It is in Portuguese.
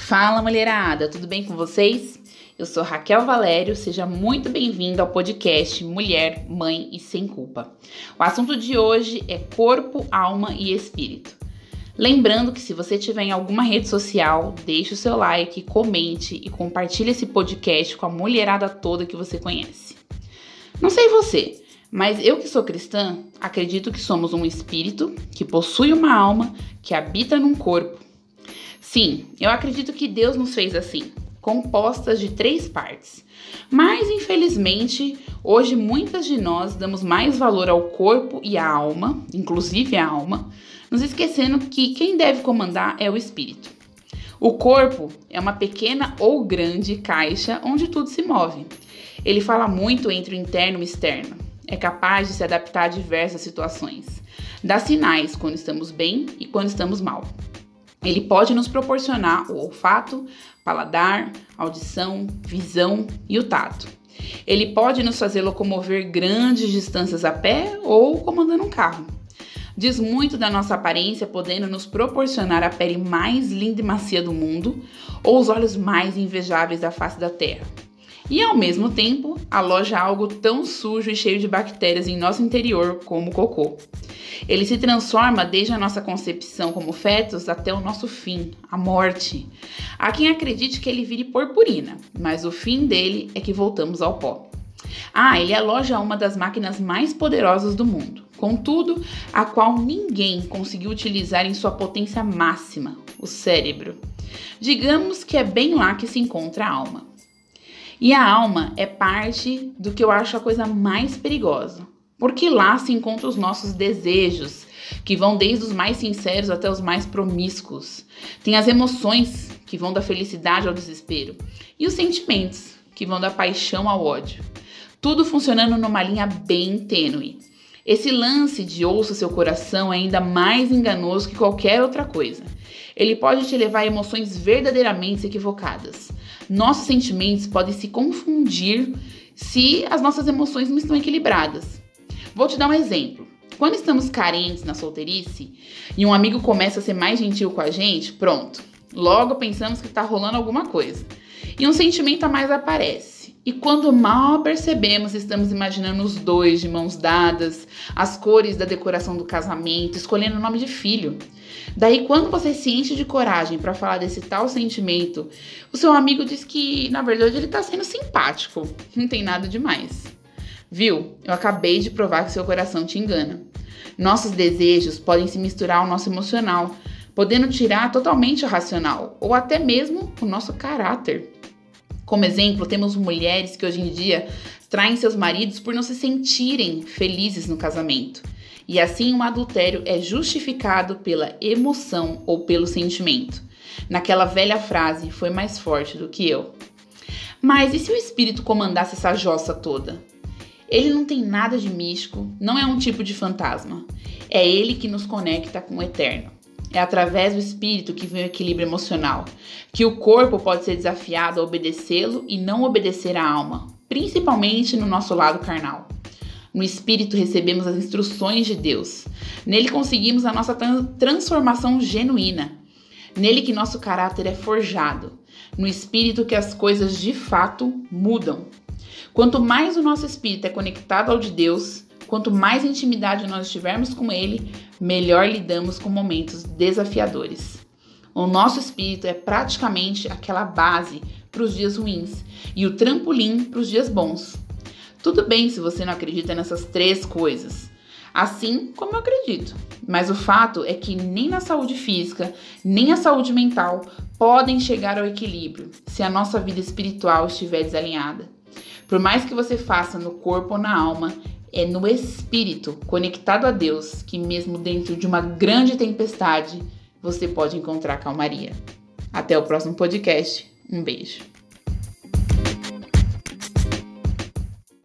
Fala, mulherada, tudo bem com vocês? Eu sou Raquel Valério, seja muito bem-vinda ao podcast Mulher, Mãe e Sem Culpa. O assunto de hoje é corpo, alma e espírito. Lembrando que se você estiver em alguma rede social, deixe o seu like, comente e compartilhe esse podcast com a mulherada toda que você conhece. Não sei você, mas eu que sou cristã, acredito que somos um espírito que possui uma alma que habita num corpo. Sim, eu acredito que Deus nos fez assim, compostas de 3 partes. Mas, infelizmente, hoje muitas de nós damos mais valor ao corpo e à alma, inclusive à alma, nos esquecendo que quem deve comandar é o espírito. O corpo é uma pequena ou grande caixa onde tudo se move. Ele fala muito entre o interno e o externo. É capaz de se adaptar a diversas situações. Dá sinais quando estamos bem e quando estamos mal. Ele pode nos proporcionar o olfato, paladar, audição, visão e o tato. Ele pode nos fazer locomover grandes distâncias a pé ou comandando um carro. Diz muito da nossa aparência, podendo nos proporcionar a pele mais linda e macia do mundo ou os olhos mais invejáveis da face da terra. E, ao mesmo tempo, aloja algo tão sujo e cheio de bactérias em nosso interior como o cocô. Ele se transforma desde a nossa concepção como fetos até o nosso fim, a morte. Há quem acredite que ele vire purpurina, mas o fim dele é que voltamos ao pó. Ele aloja uma das máquinas mais poderosas do mundo, contudo, a qual ninguém conseguiu utilizar em sua potência máxima, o cérebro. Digamos que é bem lá que se encontra a alma. E a alma é parte do que eu acho a coisa mais perigosa, porque lá se encontram os nossos desejos, que vão desde os mais sinceros até os mais promíscuos. Tem as emoções, que vão da felicidade ao desespero, e os sentimentos, que vão da paixão ao ódio. Tudo funcionando numa linha bem tênue. Esse lance de ouça seu coração é ainda mais enganoso que qualquer outra coisa. Ele pode te levar a emoções verdadeiramente equivocadas. Nossos sentimentos podem se confundir se as nossas emoções não estão equilibradas. Vou te dar um exemplo. Quando estamos carentes na solteirice e um amigo começa a ser mais gentil com a gente, pronto. Logo pensamos que está rolando alguma coisa. E um sentimento a mais aparece. E quando mal percebemos, estamos imaginando os dois de mãos dadas, as cores da decoração do casamento, escolhendo o nome de filho. Daí, quando você se enche de coragem para falar desse tal sentimento, o seu amigo diz que, na verdade, ele tá sendo simpático. Não tem nada demais. Viu? Eu acabei de provar que seu coração te engana. Nossos desejos podem se misturar ao nosso emocional, podendo tirar totalmente o racional, ou até mesmo o nosso caráter. Como exemplo, temos mulheres que hoje em dia traem seus maridos por não se sentirem felizes no casamento. E assim, um adultério é justificado pela emoção ou pelo sentimento. Naquela velha frase, foi mais forte do que eu. Mas e se o espírito comandasse essa jossa toda? Ele não tem nada de místico, não é um tipo de fantasma. É ele que nos conecta com o eterno. É através do espírito que vem o equilíbrio emocional, que o corpo pode ser desafiado a obedecê-lo e não obedecer à alma, principalmente no nosso lado carnal. No espírito recebemos as instruções de Deus. Nele conseguimos a nossa transformação genuína. Nele que nosso caráter é forjado. No espírito que as coisas de fato mudam. Quanto mais o nosso espírito é conectado ao de Deus, quanto mais intimidade nós tivermos com ele, melhor lidamos com momentos desafiadores. O nosso espírito é praticamente aquela base para os dias ruins e o trampolim para os dias bons. Tudo bem se você não acredita nessas 3 coisas, assim como eu acredito. Mas o fato é que nem na saúde física, nem a saúde mental podem chegar ao equilíbrio se a nossa vida espiritual estiver desalinhada. Por mais que você faça no corpo ou na alma, é no espírito, conectado a Deus, que mesmo dentro de uma grande tempestade, você pode encontrar calmaria. Até o próximo podcast. Um beijo.